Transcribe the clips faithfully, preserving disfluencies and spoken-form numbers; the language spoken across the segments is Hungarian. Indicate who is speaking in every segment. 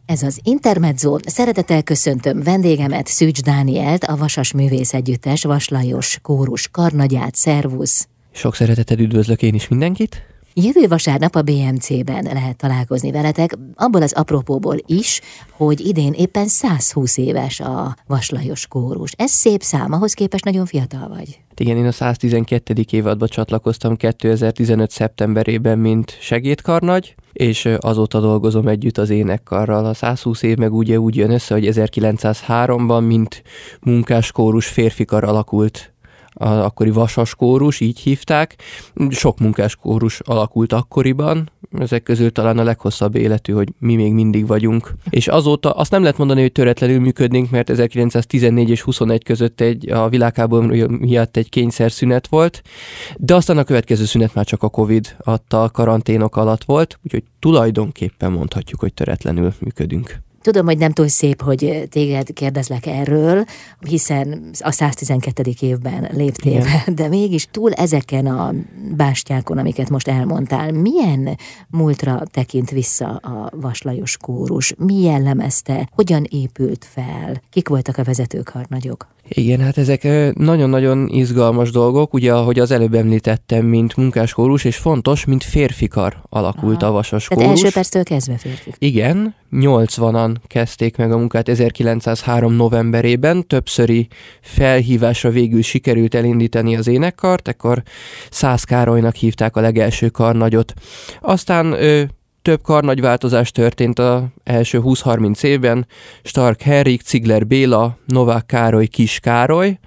Speaker 1: Ez az Intermezzo. Szeretettel köszöntöm vendégemet, Szűcs Dánielt, a Vasas Művészegyüttes Vas Lajos kórus karnagyát. Szervusz!
Speaker 2: Sok szeretettel üdvözlök én is mindenkit!
Speaker 1: Jövő vasárnap a bé em cében lehet találkozni veletek, abból az apropóból is, hogy idén éppen száz húsz éves a Vas Lajos kórus. Ez szép szám, ahhoz képest nagyon fiatal vagy.
Speaker 2: Igen, én a száztizenkettedik évadba csatlakoztam kétezer-tizenöt szeptemberében, mint segédkarnagy, és azóta dolgozom együtt az énekkarral. A száz húsz év meg ugye úgy jön össze, hogy ezerkilencszázháromban, mint munkáskórus férfikar alakult az akkori vasas kórus, így hívták. Sok munkáskórus alakult akkoriban, ezek közül talán a leghosszabb életű, hogy mi még mindig vagyunk. És azóta azt nem lehet mondani, hogy töretlenül működnénk, mert ezerkilencszáztizennégy és huszonegy között egy, a világháború miatt egy kényszerszünet volt, de aztán a következő szünet már csak a Covid adta, a karanténok alatt volt, úgyhogy tulajdonképpen mondhatjuk, hogy töretlenül működünk.
Speaker 1: Tudom, hogy nem túl szép, hogy téged kérdezlek erről, hiszen a száztizenkettedik évben léptél be, de mégis túl ezeken a bástyákon, amiket most elmondtál, milyen múltra tekint vissza a Vas Lajos kórus? Mi jellemezte? Hogyan épült fel? Kik voltak a vezetőkarnagyok?
Speaker 2: Igen, hát ezek nagyon-nagyon izgalmas dolgok, ugye, ahogy az előbb említettem, mint munkáskórus, és fontos, mint férfikar alakult Aha. a vasas kórus.
Speaker 1: Tehát első perctől kezdve férfi.
Speaker 2: Igen, nyolcvanan kezdték meg a munkát ezerkilencszázhárom novemberében, többszöri felhívásra végül sikerült elindítani az énekkart, ekkor Szász Károlynak hívták a legelső karnagyot. Aztán ö, több karnagyváltozás történt az első húsz-harminc évben, Stark Henrik, Cigler Béla, Novák Károly, Kis Károly,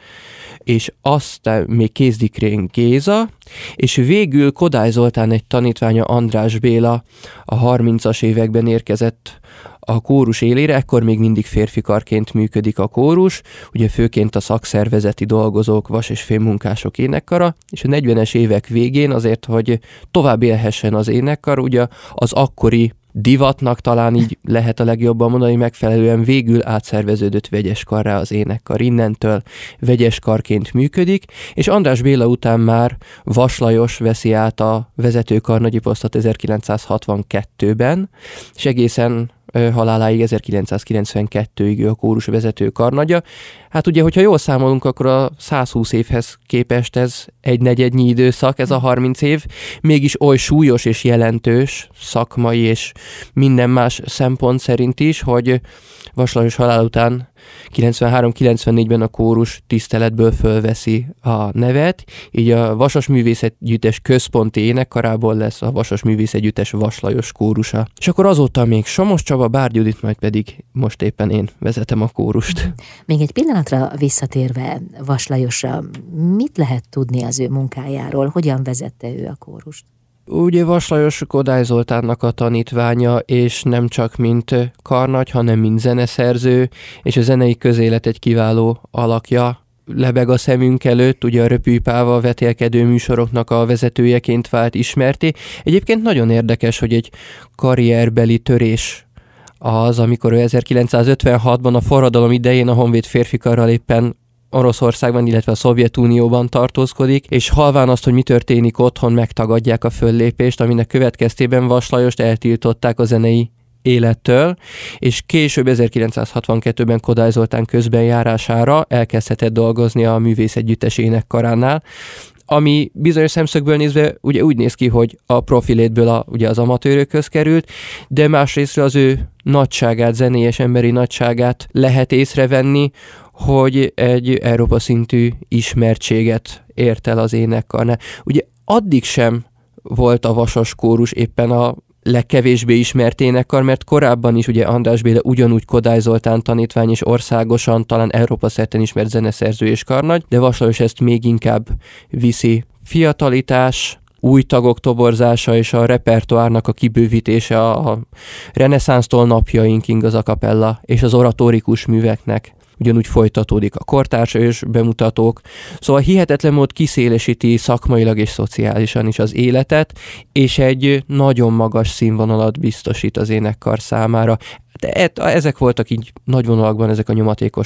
Speaker 2: és aztán még Kézdikrén Géza, és végül Kodály Zoltán egy tanítványa, András Béla a harmincas években érkezett a kórus élére, ekkor még mindig férfikarként működik a kórus, ugye főként a szakszervezeti dolgozók, vas- és fémmunkások énekkara, és a negyvenes évek végén azért, hogy tovább élhessen az énekkar, ugye az akkori divatnak talán így lehet a legjobban mondani, megfelelően végül átszerveződött vegyeskarrá az énekkar. Innentől vegyeskarként működik, és András Béla után már Vas Lajos veszi át a vezetőkarnagyi posztot ezerkilencszázhatvankettőben, és egészen haláláig ezerkilencszázkilencvenkettőig ő a kórus vezető karnagya. Hát ugye, hogyha jól számolunk, akkor a száz húsz évhez képest ez egy negyednyi időszak, ez a harminc év, mégis oly súlyos és jelentős szakmai és minden más szempont szerint is, hogy Vas Lajos halál után kilencvenhárom kilencvennégyben a kórus tiszteletből fölveszi a nevet, így a Vasas Művészegyüttes központi énekkarából lesz a Vasas Művészegyüttes Vas Lajos kórusa. És akkor azóta még Somos Csaba, Bárd Judit, majd pedig most éppen én vezetem a kórust.
Speaker 1: Még egy pillanatra visszatérve Vas Lajosra, mit lehet tudni az ő munkájáról? Hogyan vezette ő a kórust?
Speaker 2: Ugye Vas Lajos Kodály Zoltánnak a tanítványa, és nem csak mint karnagy, hanem mint zeneszerző, és a zenei közélet egy kiváló alakja lebeg a szemünk előtt, ugye a Röpűpával vetélkedő műsoroknak a vezetőjeként vált ismerté. Egyébként nagyon érdekes, hogy egy karrierbeli törés az, amikor ő ezerkilencszázötvenhatban a forradalom idején a Honvéd férfikarral éppen Oroszországban, illetve a Szovjetunióban tartózkodik, és halván azt, hogy mi történik otthon, megtagadják a föllépést, aminek következtében Vas Lajost eltiltották a zenei élettől, és később ezerkilencszázhatvankettőben Kodály Zoltán közbenjárására elkezdhetett dolgozni a Művészegyüttes énekkaránál, ami bizonyos szemszögből nézve ugye úgy néz ki, hogy a profilétből a, ugye az amatőrökhöz került, de másrésztről az ő nagyságát, zenélyes emberi nagyságát lehet észrevenni, hogy egy Európa szintű ismertséget ért el az énekkarnál. Ugye addig sem volt a vasas kórus éppen a legkevésbé ismert énekkar, mert korábban is ugye András Béla ugyanúgy Kodály Zoltán tanítvány és országosan, talán Európa szerten ismert zeneszerző és karnagy, de Vas Lajos ezt még inkább viszi. Fiatalitás, új tagok toborzása és a repertoárnak a kibővítése a reneszánsztól napjainkig az a capella és az oratórikus műveknek ugyanúgy folytatódik a kortárs és bemutatók. Szóval hihetetlen mód kiszélesíti szakmailag és szociálisan is az életet, és egy nagyon magas színvonalat biztosít az énekkar számára. De ezek voltak így nagy vonalakban ezek a nyomatékos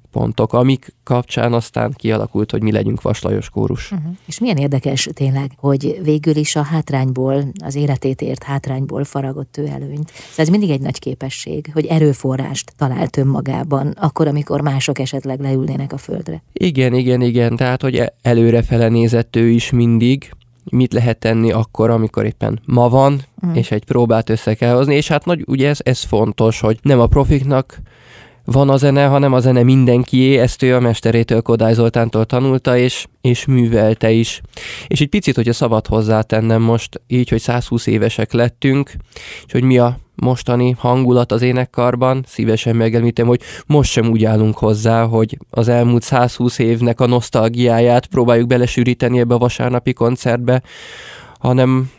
Speaker 2: pontok, amik kapcsán aztán kialakult, hogy mi legyünk Vas Lajos kórus.
Speaker 1: Uh-huh. És milyen érdekes tényleg, hogy végül is a hátrányból, az életét ért hátrányból faragott ő előnyt. Szóval ez mindig egy nagy képesség, hogy erőforrást talált önmagában, akkor, amikor mások esetleg leülnének a földre.
Speaker 2: Igen, igen, igen, tehát, hogy előrefele nézett ő is mindig, mit lehet tenni akkor, amikor éppen ma van, uh-huh. és egy próbát össze kell hozni, és hát nagy, ugye ez, ez fontos, hogy nem a profiknak van a zene, hanem a zene mindenkié, ezt ő a mesterétől, Kodály Zoltántól tanulta, és, és művelte is. És egy picit, hogyha szabad hozzátennem most így, hogy százhúsz évesek lettünk, és hogy mi a mostani hangulat az énekkarban, szívesen megemlítem, hogy most sem úgy állunk hozzá, hogy az elmúlt százhúsz évnek a nosztalgiáját próbáljuk belesűríteni ebbe a vasárnapi koncertbe, hanem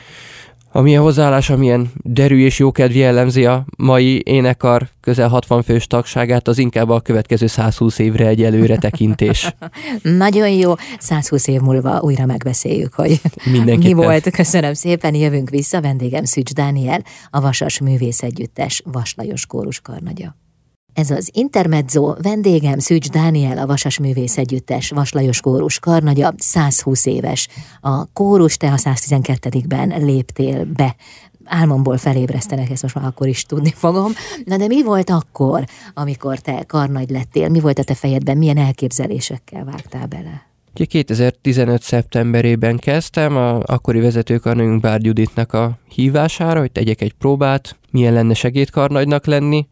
Speaker 2: amilyen hozzáállás, amilyen derű és jókedv jellemzi a mai énekkar közel hatvan fős tagságát, az inkább a következő százhúsz évre egy előre tekintés.
Speaker 1: Nagyon jó, százhúsz év múlva újra megbeszéljük, hogy mi volt. Köszönöm szépen, jövünk vissza. Vendégem Szűcs Dániel, a Vasas Művészegyüttes Vas Lajos kórus karnagya. Ez az Intermezzo, vendégem Szűcs Dániel, a Vasas Művészegyüttes Vas Lajos kórus karnagya, százhúsz éves. A kórus, te a száztizenkettedikben léptél be. Álmomból felébresztenek, ezt most már akkor is tudni fogom. Na de mi volt akkor, amikor te karnagy lettél? Mi volt a te fejedben? Milyen elképzelésekkel vágtál bele?
Speaker 2: kétezer-tizenöt szeptemberében kezdtem a akkori vezetőkarnagyunk Bárd Juditnak a hívására, hogy tegyek egy próbát, milyen lenne segédkarnagynak lenni,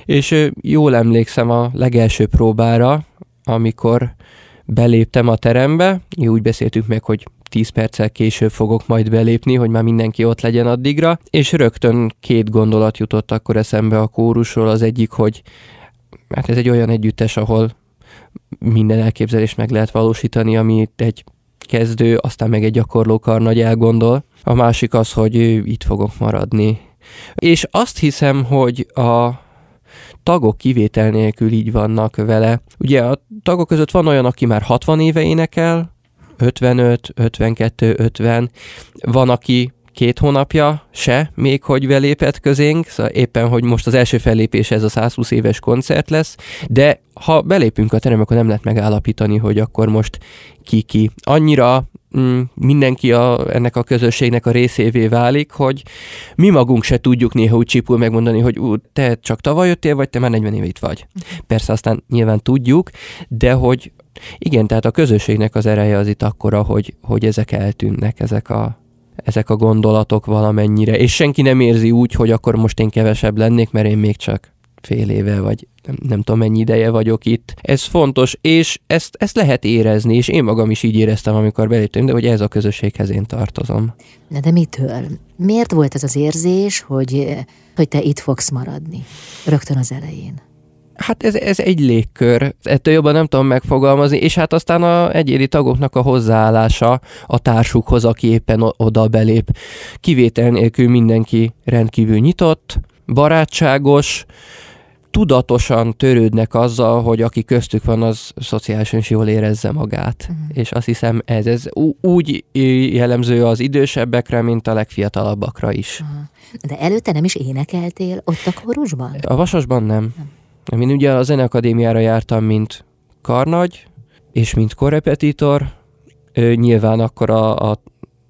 Speaker 2: és jól emlékszem a legelső próbára, amikor beléptem a terembe, úgy beszéltünk meg, hogy tíz perccel később fogok majd belépni, hogy már mindenki ott legyen addigra, és rögtön két gondolat jutott akkor eszembe a kórusról. Az egyik, hogy hát ez egy olyan együttes, ahol minden elképzelést meg lehet valósítani, amit egy kezdő, aztán meg egy gyakorló karnagy elgondol. A másik az, hogy itt fogok maradni. És azt hiszem, hogy a tagok kivétel nélkül így vannak vele. Ugye a tagok között van olyan, aki már hatvan éve énekel, ötvenöt, ötvenkettő, ötven. Van, aki két hónapja se, még hogy belépett közénk, szóval éppen, hogy most az első fellépés ez a százhúsz éves koncert lesz, de ha belépünk a terembe, akkor nem lehet megállapítani, hogy akkor most ki-ki. Annyira mm, mindenki a, ennek a közösségnek a részévé válik, hogy mi magunk se tudjuk néha úgy csipul megmondani, hogy ú, te csak tavaly jöttél, vagy te már negyven éve itt vagy. Persze aztán nyilván tudjuk, de hogy igen, tehát a közösségnek az ereje az itt akkora, hogy, hogy ezek eltűnnek, ezek a ezek a gondolatok valamennyire, és senki nem érzi úgy, hogy akkor most én kevesebb lennék, mert én még csak fél éve, vagy nem, nem tudom mennyi ideje vagyok itt. Ez fontos, és ezt, ezt lehet érezni, és én magam is így éreztem, amikor beléptem, de hogy ez a közösséghez én tartozom.
Speaker 1: Na de mitől? Miért volt ez az érzés, hogy, hogy te itt fogsz maradni rögtön az elején?
Speaker 2: Hát ez, ez egy légkör, ettől jobban nem tudom megfogalmazni, és hát aztán a egyéni tagoknak a hozzáállása a társukhoz, aki éppen oda belép. Kivétel nélkül mindenki rendkívül nyitott, barátságos, tudatosan törődnek azzal, hogy aki köztük van, az szociálisan is jól érezze magát. Uh-huh. És azt hiszem ez, ez úgy jellemző az idősebbekre, mint a legfiatalabbakra is.
Speaker 1: Uh-huh. De előtte nem is énekeltél ott a kórusban?
Speaker 2: A Vasasban nem. nem. Én ugye a Zeneakadémiára jártam, mint karnagy, és mint korrepetitor. Nyilván akkor a, a,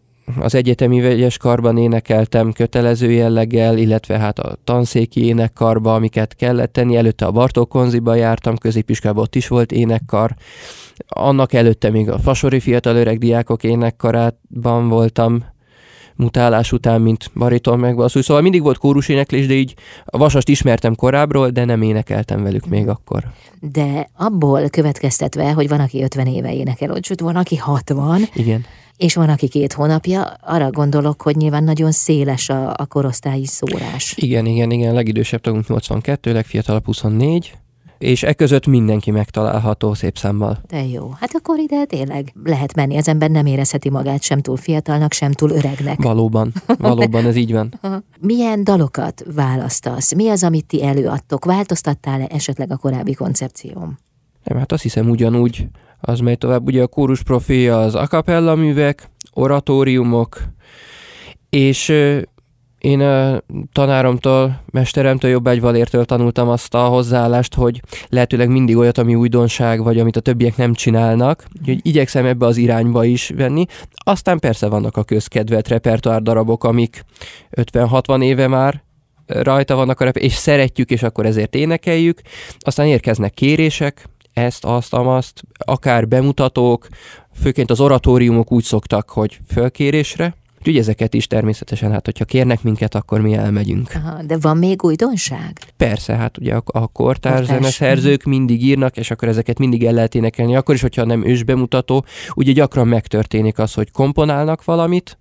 Speaker 2: az egyetemi vegyes karban énekeltem kötelező jelleggel, illetve hát a tanszéki énekkarba, amiket kellett tenni. Előtte a Bartók Konziba jártam, középiskolában ott is volt énekkar. Annak előtte még a Fasori Fiatal Öreg Diákok énekkarában voltam, mutálás után, mint bariton megbasszú. Szóval mindig volt kóruséneklés, de így a Vasast ismertem korábbról, de nem énekeltem velük még akkor.
Speaker 1: De abból következtetve, hogy van, aki ötven éve énekel ott, sőt van, aki hatvan.
Speaker 2: Igen.
Speaker 1: És van, aki két hónapja, arra gondolok, hogy nyilván nagyon széles a, a korosztályi szórás.
Speaker 2: Igen, igen, igen, legidősebb tagunk nyolcvankettő, legfiatalabb huszonnégy, és e között mindenki megtalálható szép számmal.
Speaker 1: De jó, hát akkor ide tényleg lehet menni, az ember nem érezheti magát sem túl fiatalnak, sem túl öregnek.
Speaker 2: Valóban, valóban ez így van.
Speaker 1: Milyen dalokat választasz? Mi az, amit ti előadtok? Változtattál-e esetleg a korábbi koncepción?
Speaker 2: Nem, hát azt hiszem ugyanúgy, az megy tovább. Ugye a kórus profilja az a cappella művek, oratóriumok, és Én uh, tanáromtól, mesteremtől, Jobbágy Valértől tanultam azt a hozzáállást, hogy lehetőleg mindig olyat, ami újdonság, vagy amit a többiek nem csinálnak. Úgyhogy igyekszem ebbe az irányba is venni. Aztán persze vannak a közkedvelt repertoár darabok, amik ötven-hatvan éve már rajta vannak a rep- és szeretjük, és akkor ezért énekeljük. Aztán érkeznek kérések, ezt, azt, amazt, akár bemutatók, főként az oratóriumok úgy szoktak, hogy fölkérésre. Úgyhogy ezeket is természetesen, hát hogyha kérnek minket, akkor mi elmegyünk.
Speaker 1: Aha, de van még újdonság?
Speaker 2: Persze, hát ugye a, a kortárs zeneszerzők mindig írnak, és akkor ezeket mindig el lehet énekelni, akkor is, hogyha nem ősbemutató. Ugye gyakran megtörténik az, hogy komponálnak valamit,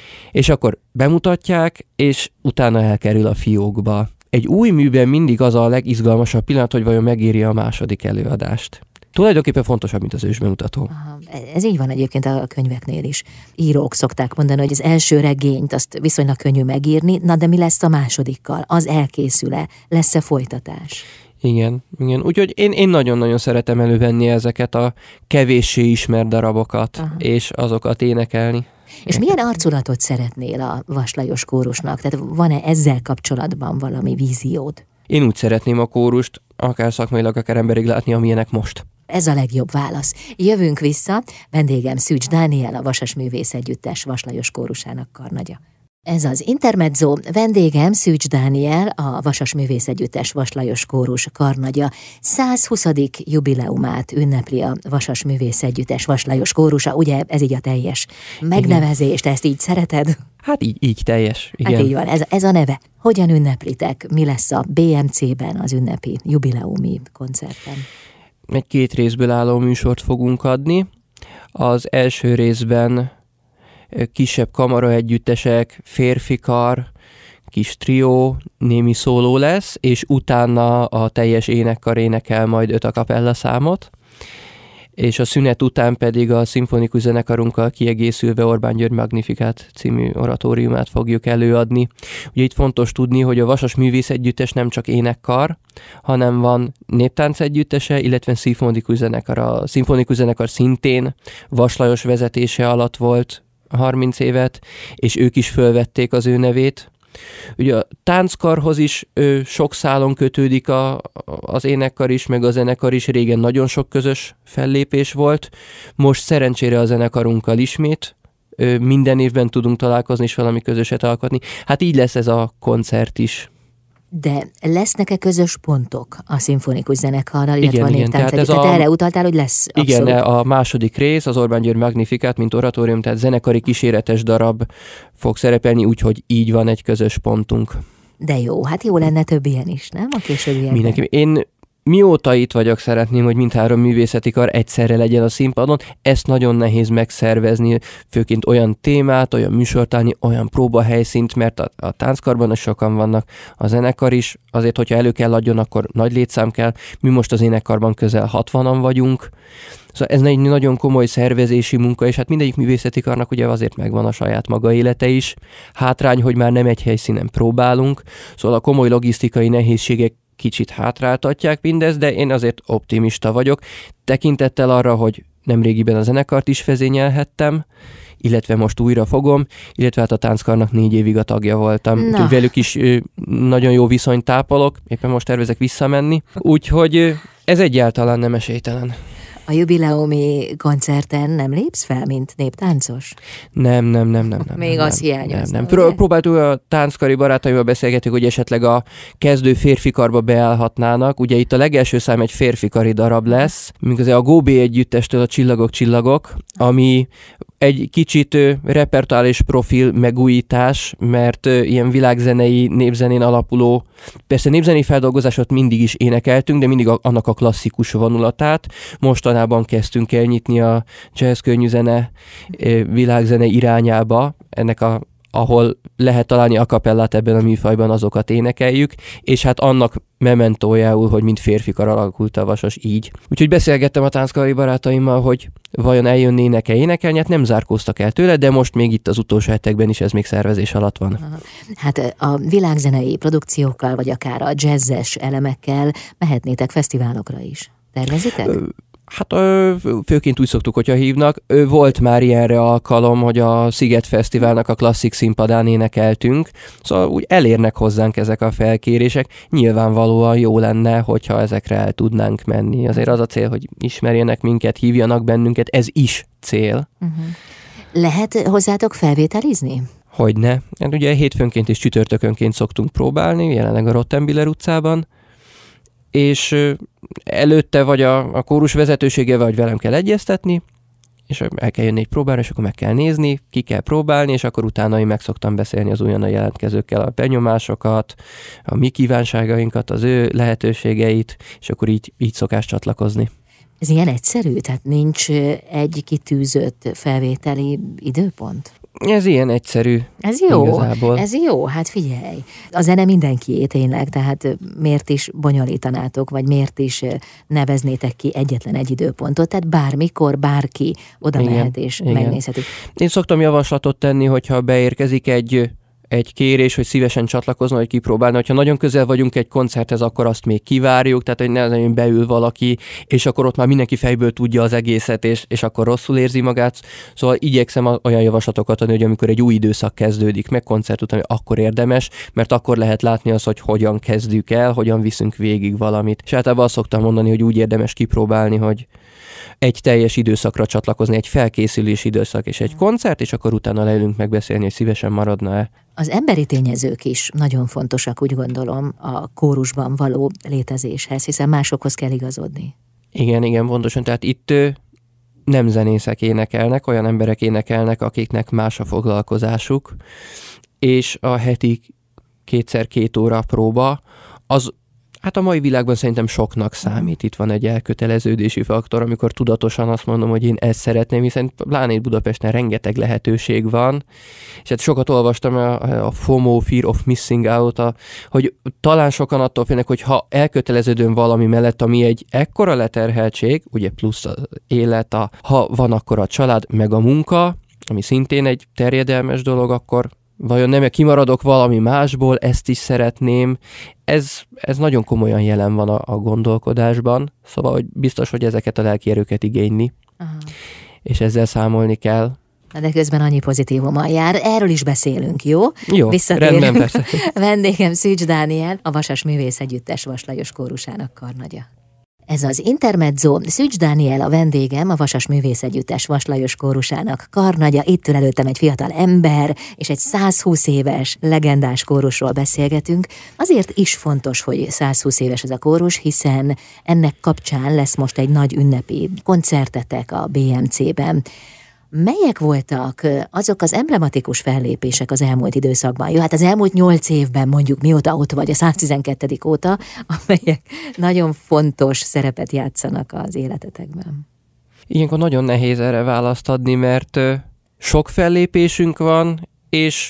Speaker 2: és akkor bemutatják, és utána elkerül a fiókba. Egy új műben mindig az a legizgalmasabb pillanat, hogy vajon megéri a második előadást. Tulajdonképpen fontosabb, mint az ősbemutató.
Speaker 1: Aha, ez így van egyébként a könyveknél is. Írók szokták mondani, hogy az első regényt azt viszonylag könnyű megírni, na de mi lesz a másodikkal? Az elkészül-e? Lesz-e folytatás?
Speaker 2: Igen, igen. Úgyhogy én, én nagyon-nagyon szeretem elővenni ezeket a kevéssé ismert darabokat, aha, és azokat énekelni.
Speaker 1: És milyen arculatot szeretnél a Vas Lajos kórusnak? Tehát van-e ezzel kapcsolatban valami víziód?
Speaker 2: Én úgy szeretném a kórust, akár szakmailag, akár emberig látni, amilyenek most.
Speaker 1: Ez a legjobb válasz. Jövünk vissza, vendégem Szűcs Dániel, a Vasas Művész Együttes Vas Lajos kórusának karnagya. Ez az Intermezzo, vendégem Szűcs Dániel, a Vasas Művész Együttes Vas Lajos kórus karnagya. százhuszadik jubileumát ünnepli a Vasas Művész Együttes Vas Lajos kórusa, ugye ez így a teljes megnevezést, ezt így szereted?
Speaker 2: Hát így, így teljes, igen.
Speaker 1: Hát így van, ez, ez a neve. Hogyan ünneplitek? Mi lesz a bé em cé-ben az ünnepi jubileumi koncerten?
Speaker 2: Egy két részből álló műsort fogunk adni. Az első részben kisebb kamaraegyüttesek, férfikar, kis trió, némi szóló lesz, és utána a teljes énekkar énekel majd öt a capella számot, és a szünet után pedig a szimfonikus zenekarunkkal kiegészülve Orbán György Magnificat című oratóriumát fogjuk előadni. Ugye itt fontos tudni, hogy a Vasas Művész Együttes nem csak énekkar, hanem van néptánc együttese, illetve szimfonikus zenekar. A szimfonikus zenekar szintén Vas Lajos vezetése alatt volt harminc évet, és ők is fölvették az ő nevét. Ugye a tánckarhoz is ö, sok szálon kötődik a, az énekkar is, meg a zenekar is. Régen nagyon sok közös fellépés volt. Most szerencsére a zenekarunkkal ismét ö, minden évben tudunk találkozni és valami közöset alkotni. Hát így lesz ez a koncert is.
Speaker 1: De lesznek-e közös pontok a szimfonikus zenekarral, illetve
Speaker 2: igen,
Speaker 1: a néptánc együtt? Tehát
Speaker 2: a...
Speaker 1: erre utaltál, hogy lesz abszolút.
Speaker 2: Igen, a második rész, az Orbán György Magnificat, mint oratórium, tehát zenekari kíséretes darab fog szerepelni, úgyhogy így van egy közös pontunk.
Speaker 1: De jó, hát jó lenne több ilyen is, nem? A későbbiekben.
Speaker 2: Mindenki. Én mióta itt vagyok, szeretném, hogy mindhárom művészeti kar egyszerre legyen a színpadon. Ezt nagyon nehéz megszervezni, főként olyan témát, olyan műsort állni, olyan próbahelyszínt, mert a, a tánckarban is sokan vannak, a zenekar is, azért, hogyha elő kell adjon, akkor nagy létszám kell. Mi most az énekkarban közel hatvanan vagyunk. Szóval ez egy nagyon komoly szervezési munka, és hát mindegyik művészeti karnak ugye azért megvan a saját maga élete is. Hátrány, hogy már nem egy helyszínen próbálunk, szóval a komoly logisztikai nehézségek kicsit hátráltatják mindezt, de én azért optimista vagyok, tekintettel arra, hogy nemrégiben a zenekart is vezényelhettem, illetve most újra fogom, illetve hát a tánckarnak négy évig a tagja voltam. Úgyhogy velük is ö, nagyon jó viszonyt tápolok, éppen most tervezek visszamenni, úgyhogy ö, ez egyáltalán nem esélytelen.
Speaker 1: A jubileumi koncerten nem lépsz fel, mint néptáncos?
Speaker 2: Nem, nem, nem, nem. nem
Speaker 1: Még
Speaker 2: nem,
Speaker 1: az hiányozna.
Speaker 2: Nem, nem. Próbáltuk a tánckari barátaimmal beszélgetni, hogy esetleg a kezdő férfikarba beállhatnának. Ugye itt a legelső szám egy férfikari darab lesz, mint a Góbé együttestől a Csillagok, Csillagok, ami egy kicsit repertoális profil megújítás, mert ilyen világzenei, népzenén alapuló, persze népzenei feldolgozásot mindig is énekeltünk, de mindig a, annak a klasszikus vonulatát. Mostanában kezdtünk el nyitni a jazz könnyű zene, világzene irányába, ennek a ahol lehet találni a capellát ebben a műfajban, azokat énekeljük, és hát annak mementójául, hogy mint férfikar alakult a Vasas így. Úgyhogy beszélgettem a tánckari barátaimmal, hogy vajon eljönnének-e énekelni, hát nem zárkóztak el tőle, de most még itt az utolsó hetekben is ez még szervezés alatt van.
Speaker 1: Hát a világzenei produkciókkal, vagy akár a jazzes elemekkel mehetnétek fesztiválokra is. Tervezitek?
Speaker 2: Hát ö, főként úgy szoktuk, hogyha hívnak. Ö, volt már ilyenre alkalom, hogy a Sziget Fesztiválnak a klasszik színpadán énekeltünk, szóval úgy elérnek hozzánk ezek a felkérések. Nyilvánvalóan jó lenne, hogyha ezekre el tudnánk menni. Azért az a cél, hogy ismerjenek minket, hívjanak bennünket, ez is cél.
Speaker 1: Uh-huh. Lehet hozzátok felvételizni?
Speaker 2: Hogyne. Hát ugye hétfőnként és csütörtökönként szoktunk próbálni, jelenleg a Rottenbiller utcában, és előtte vagy a, a kórus vezetősége, vagy velem kell egyeztetni, és el kell jönni egy próbára, és akkor meg kell nézni, ki kell próbálni, és akkor utána én meg szoktam beszélni az újonnan jelentkezőkkel a benyomásokat, a mi kívánságainkat, az ő lehetőségeit, és akkor így, így szokás csatlakozni.
Speaker 1: Ez ilyen egyszerű? Tehát nincs egy kitűzött felvételi időpont?
Speaker 2: Ez ilyen egyszerű.
Speaker 1: Ez jó,
Speaker 2: igazából.
Speaker 1: ez jó, hát figyelj. A zene mindenkié tényleg, tehát miért is bonyolítanátok, vagy miért is neveznétek ki egyetlen egy időpontot, tehát bármikor, bárki oda igen, mehet és igen. megnézheti.
Speaker 2: Én szoktam javaslatot tenni, hogyha beérkezik egy egy kérés, hogy szívesen csatlakozna, hogy kipróbálna. Hogyha nagyon közel vagyunk egy koncerthez, akkor azt még kivárjuk, tehát hogy ne legyen beül valaki, és akkor ott már mindenki fejből tudja az egészet, és, és akkor rosszul érzi magát. Szóval igyekszem olyan javaslatokat adni, hogy amikor egy új időszak kezdődik meg koncert után, akkor érdemes, mert akkor lehet látni azt, hogy hogyan kezdjük el, hogyan viszünk végig valamit. És általában azt szoktam mondani, hogy úgy érdemes kipróbálni, hogy egy teljes időszakra csatlakozni, egy felkészülés időszak és egy koncert, és akkor utána leülünk megbeszélni, hogy szívesen maradna-e.
Speaker 1: Az emberi tényezők is nagyon fontosak, úgy gondolom, a kórusban való létezéshez, hiszen másokhoz kell igazodni. Igen,
Speaker 2: igen, pontosan. Tehát itt nem zenészek énekelnek, olyan emberek énekelnek, akiknek más a foglalkozásuk, és a heti kétszer két óra próba, az hát a mai világban szerintem soknak számít. Itt van egy elköteleződési faktor, amikor tudatosan azt mondom, hogy én ezt szeretném, hiszen pláne itt Budapesten rengeteg lehetőség van, és hát sokat olvastam a, a FOMO, Fear of Missing Out, a, hogy talán sokan attól félnek, hogy ha elköteleződöm valami mellett, ami egy ekkora leterheltség, ugye plusz az élet, a, ha van akkor a család, meg a munka, ami szintén egy terjedelmes dolog, akkor vajon nem kimaradok valami másból, ezt is szeretném. Ez, ez nagyon komolyan jelen van a, a gondolkodásban, szóval hogy biztos, hogy ezeket a lelki erőket igényli, aha. és ezzel számolni kell.
Speaker 1: De közben annyi pozitívummal jár, erről is beszélünk, jó?
Speaker 2: Jó,
Speaker 1: visszatérünk.
Speaker 2: Rendben, persze.
Speaker 1: Vendégem Szűcs Dániel, a Vasas Művész Együttes Vas Lajos kórusának karnagya. Ez az Intermezzo, Szűcs Dániel a vendégem, a Vasas Művész Együttes Vas Lajos kórusának karnagya. Itt ül előttem egy fiatal ember, és egy százhúsz éves legendás kórusról beszélgetünk. Azért is fontos, hogy százhúsz éves ez a kórus, hiszen ennek kapcsán lesz most egy nagy ünnepi koncertetek a bé em cében. Melyek voltak azok az emblematikus fellépések az elmúlt időszakban? Jó, hát az elmúlt nyolc évben mondjuk mióta ott vagy, a száztizenkettedik óta, amelyek nagyon fontos szerepet játszanak az életetekben.
Speaker 2: Ilyenkor nagyon nehéz erre választ adni, mert sok fellépésünk van, és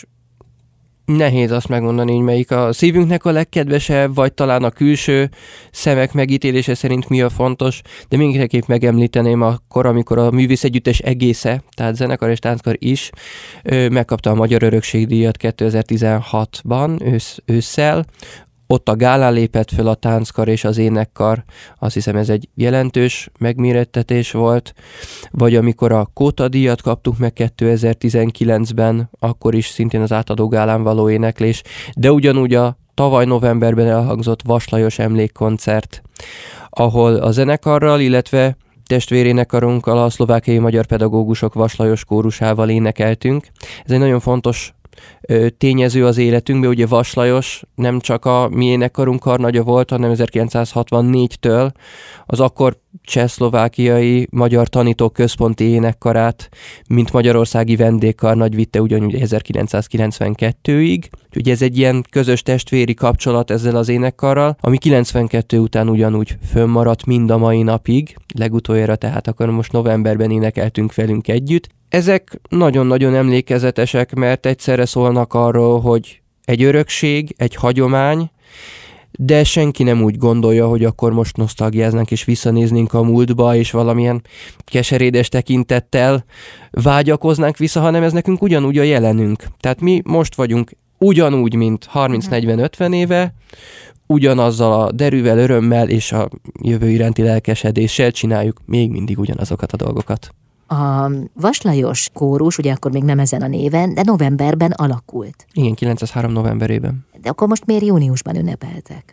Speaker 2: nehéz azt megmondani, hogy melyik a szívünknek a legkedvesebb, vagy talán a külső szemek megítélése szerint mi a fontos, de mindenképp megemlíteném akkor, amikor a művészegyüttes egésze, tehát zenekar és tánckar is megkapta a Magyar Örökségdíjat kétezer-tizenhatban, ősz, ősszel. Ott a gálán lépett föl a tánckar és az énekkar, azt hiszem ez egy jelentős megmérettetés volt, vagy amikor a Kóta díjat kaptuk meg kétezer-tizenkilencben, akkor is szintén az átadó gálán való éneklés, de ugyanúgy a tavaly novemberben elhangzott Vas Lajos emlékkoncert, ahol a zenekarral, illetve testvérénekarunkkal, a szlovákiai magyar pedagógusok Vas Lajos kórusával énekeltünk. Ez egy nagyon fontos tényező az életünkben, ugye Vas Lajos nem csak a mi énekkarunk karnagya volt, hanem ezerkilencszázhatvannégytől az akkor csehszlovákiai magyar tanítók központi énekkarát, mint magyarországi vendégkarnagy vitte ugyanúgy ezerkilencszázkilencvenkettőig. Úgyhogy ez egy ilyen közös testvéri kapcsolat ezzel az énekkarral, ami kilencvenkettő után ugyanúgy fönnmaradt mind a mai napig, legutoljára tehát akkor most novemberben énekeltünk velünk együtt. Ezek nagyon-nagyon emlékezetesek, mert egyszerre szólnak arról, hogy egy örökség, egy hagyomány, de senki nem úgy gondolja, hogy akkor most nosztalgiáznánk és visszanéznénk a múltba, és valamilyen keserédes tekintettel vágyakoznánk vissza, hanem ez nekünk ugyanúgy a jelenünk. Tehát mi most vagyunk ugyanúgy, mint harminc-negyven-ötven éve, ugyanazzal a derűvel, örömmel és a jövő iránti lelkesedéssel csináljuk még mindig ugyanazokat a dolgokat.
Speaker 1: A Vas Lajos kórus, ugye akkor még nem ezen a néven, de novemberben alakult.
Speaker 2: Igen, kilencszázhárom novemberében.
Speaker 1: De akkor most miért júniusban ünnepeltek?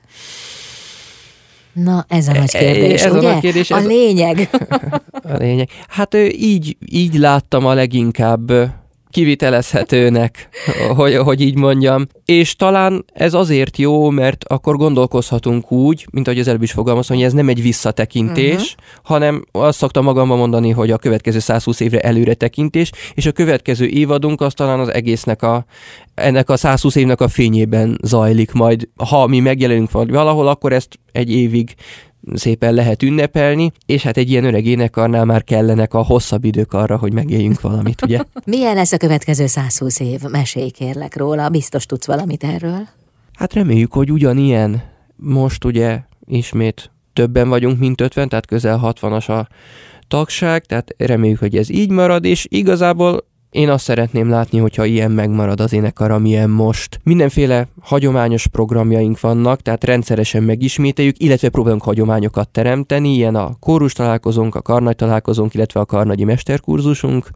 Speaker 1: Na, ez a nagy kérdés,
Speaker 2: ez
Speaker 1: ugye?
Speaker 2: A, nagy kérdés,
Speaker 1: a
Speaker 2: ez
Speaker 1: lényeg.
Speaker 2: A lényeg. Hát így, így láttam a leginkább kivitelezhetőnek, hogy, hogy így mondjam. És talán ez azért jó, mert akkor gondolkozhatunk úgy, mint ahogy az előbb is fogalmaztam, hogy ez nem egy visszatekintés, uh-huh. hanem azt szoktam magamban mondani, hogy a következő százhúsz évre előre tekintés, és a következő évadunk az talán az egésznek a, ennek a százhúsz évnek a fényében zajlik majd. Ha mi megjelenünk valahol, akkor ezt egy évig szépen lehet ünnepelni, és hát egy ilyen öreg énekarnál már kellenek a hosszabb idők arra, hogy megéljünk valamit, ugye?
Speaker 1: Milyen lesz a következő százhúsz év? Mesélj kérlek róla, biztos tudsz valamit erről?
Speaker 2: Hát reméljük, hogy ugyanilyen. Most ugye ismét többen vagyunk, mint ötven, tehát közel hatvanas a tagság, tehát reméljük, hogy ez így marad, és igazából én azt szeretném látni, hogyha ilyen megmarad az énekar, amilyen most. Mindenféle hagyományos programjaink vannak, tehát rendszeresen megismételjük, illetve próbálunk hagyományokat teremteni, ilyen a kórus találkozónk, a karnagy találkozónk, illetve a karnagyi mesterkurzusunk.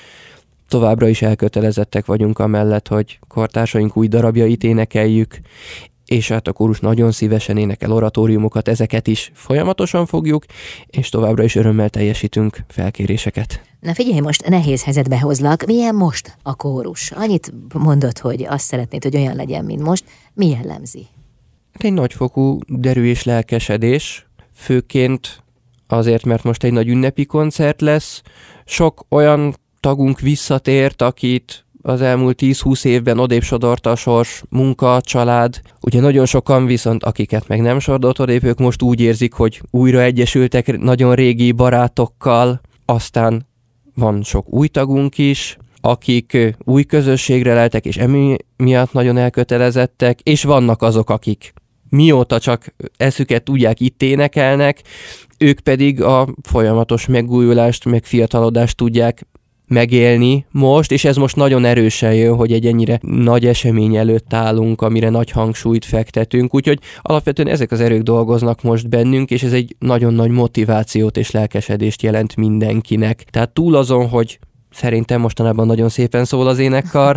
Speaker 2: Továbbra is elkötelezettek vagyunk amellett, hogy kortársaink új darabjait énekeljük, és hát a kórus nagyon szívesen énekel oratóriumokat, ezeket is folyamatosan fogjuk, és továbbra is örömmel teljesítünk felkéréseket.
Speaker 1: Na figyelj, most nehéz helyzetbe hozlak. Milyen most a kórus? Annyit mondod, hogy azt szeretnéd, hogy olyan legyen, mint most. Mi jellemzi?
Speaker 2: Egy nagyfokú derű és lelkesedés, főként azért, mert most egy nagy ünnepi koncert lesz. Sok olyan tagunk visszatért, akit az elmúlt tíz-húsz évben odébb sodorta a sors, munka, család. Ugye nagyon sokan viszont, akiket meg nem sodort odébb, ők most úgy érzik, hogy újra egyesültek nagyon régi barátokkal. Aztán van sok új tagunk is, akik új közösségre leltek, és emiatt nagyon elkötelezettek, és vannak azok, akik mióta csak eszüket tudják, itt énekelnek, ők pedig a folyamatos megújulást, megfiatalodást tudják megélni most, és ez most nagyon erősen jön, hogy egy ennyire nagy esemény előtt állunk, amire nagy hangsúlyt fektetünk, úgyhogy alapvetően ezek az erők dolgoznak most bennünk, és ez egy nagyon nagy motivációt és lelkesedést jelent mindenkinek. Tehát túl azon, hogy szerintem mostanában nagyon szépen szól az énekkar,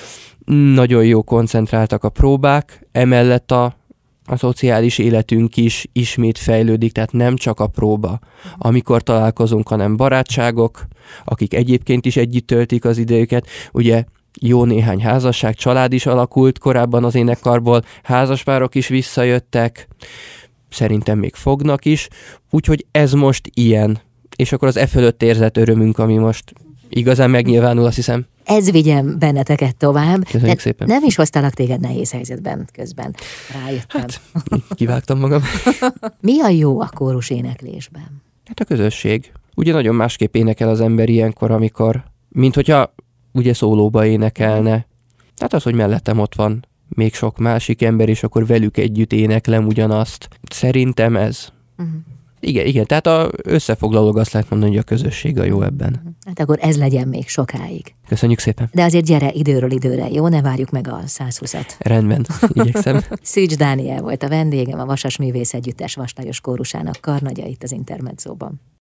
Speaker 2: nagyon jó koncentráltak a próbák, emellett a a szociális életünk is ismét fejlődik, tehát nem csak a próba, amikor találkozunk, hanem barátságok, akik egyébként is együtt töltik az idejüket. Ugye jó néhány házasság, család is alakult korábban az énekkarból, házaspárok is visszajöttek, szerintem még fognak is, úgyhogy ez most ilyen. És akkor az e fölött érzett örömünk, ami most igazán megnyilvánul, azt hiszem.
Speaker 1: Ez vigyen benneteket tovább.
Speaker 2: Köszönjük szépen.
Speaker 1: Nem is hoztalak téged nehéz helyzetben közben. Rájöttem.
Speaker 2: Hát, kivágtam magam.
Speaker 1: Mi a jó a kórus éneklésben?
Speaker 2: Hát a közösség. Ugye nagyon másképp énekel az ember ilyenkor, amikor, mint hogyha ugye szólóba énekelne. Tehát az, hogy mellettem ott van még sok másik ember, és akkor velük együtt éneklem ugyanazt. Szerintem ez. Uh-huh. Igen, igen, tehát a összefoglalólag azt lehet mondani, hogy a közösség a jó ebben.
Speaker 1: Hát akkor ez legyen még sokáig.
Speaker 2: Köszönjük szépen.
Speaker 1: De azért gyere időről időre, jó? Ne várjuk meg a százhúszat.
Speaker 2: Rendben, igyekszem.
Speaker 1: Szűcs Dániel volt a vendégem, a Vasas Művész Együttes Vas Lajos kórusának karnagya itt az Intermedzóban.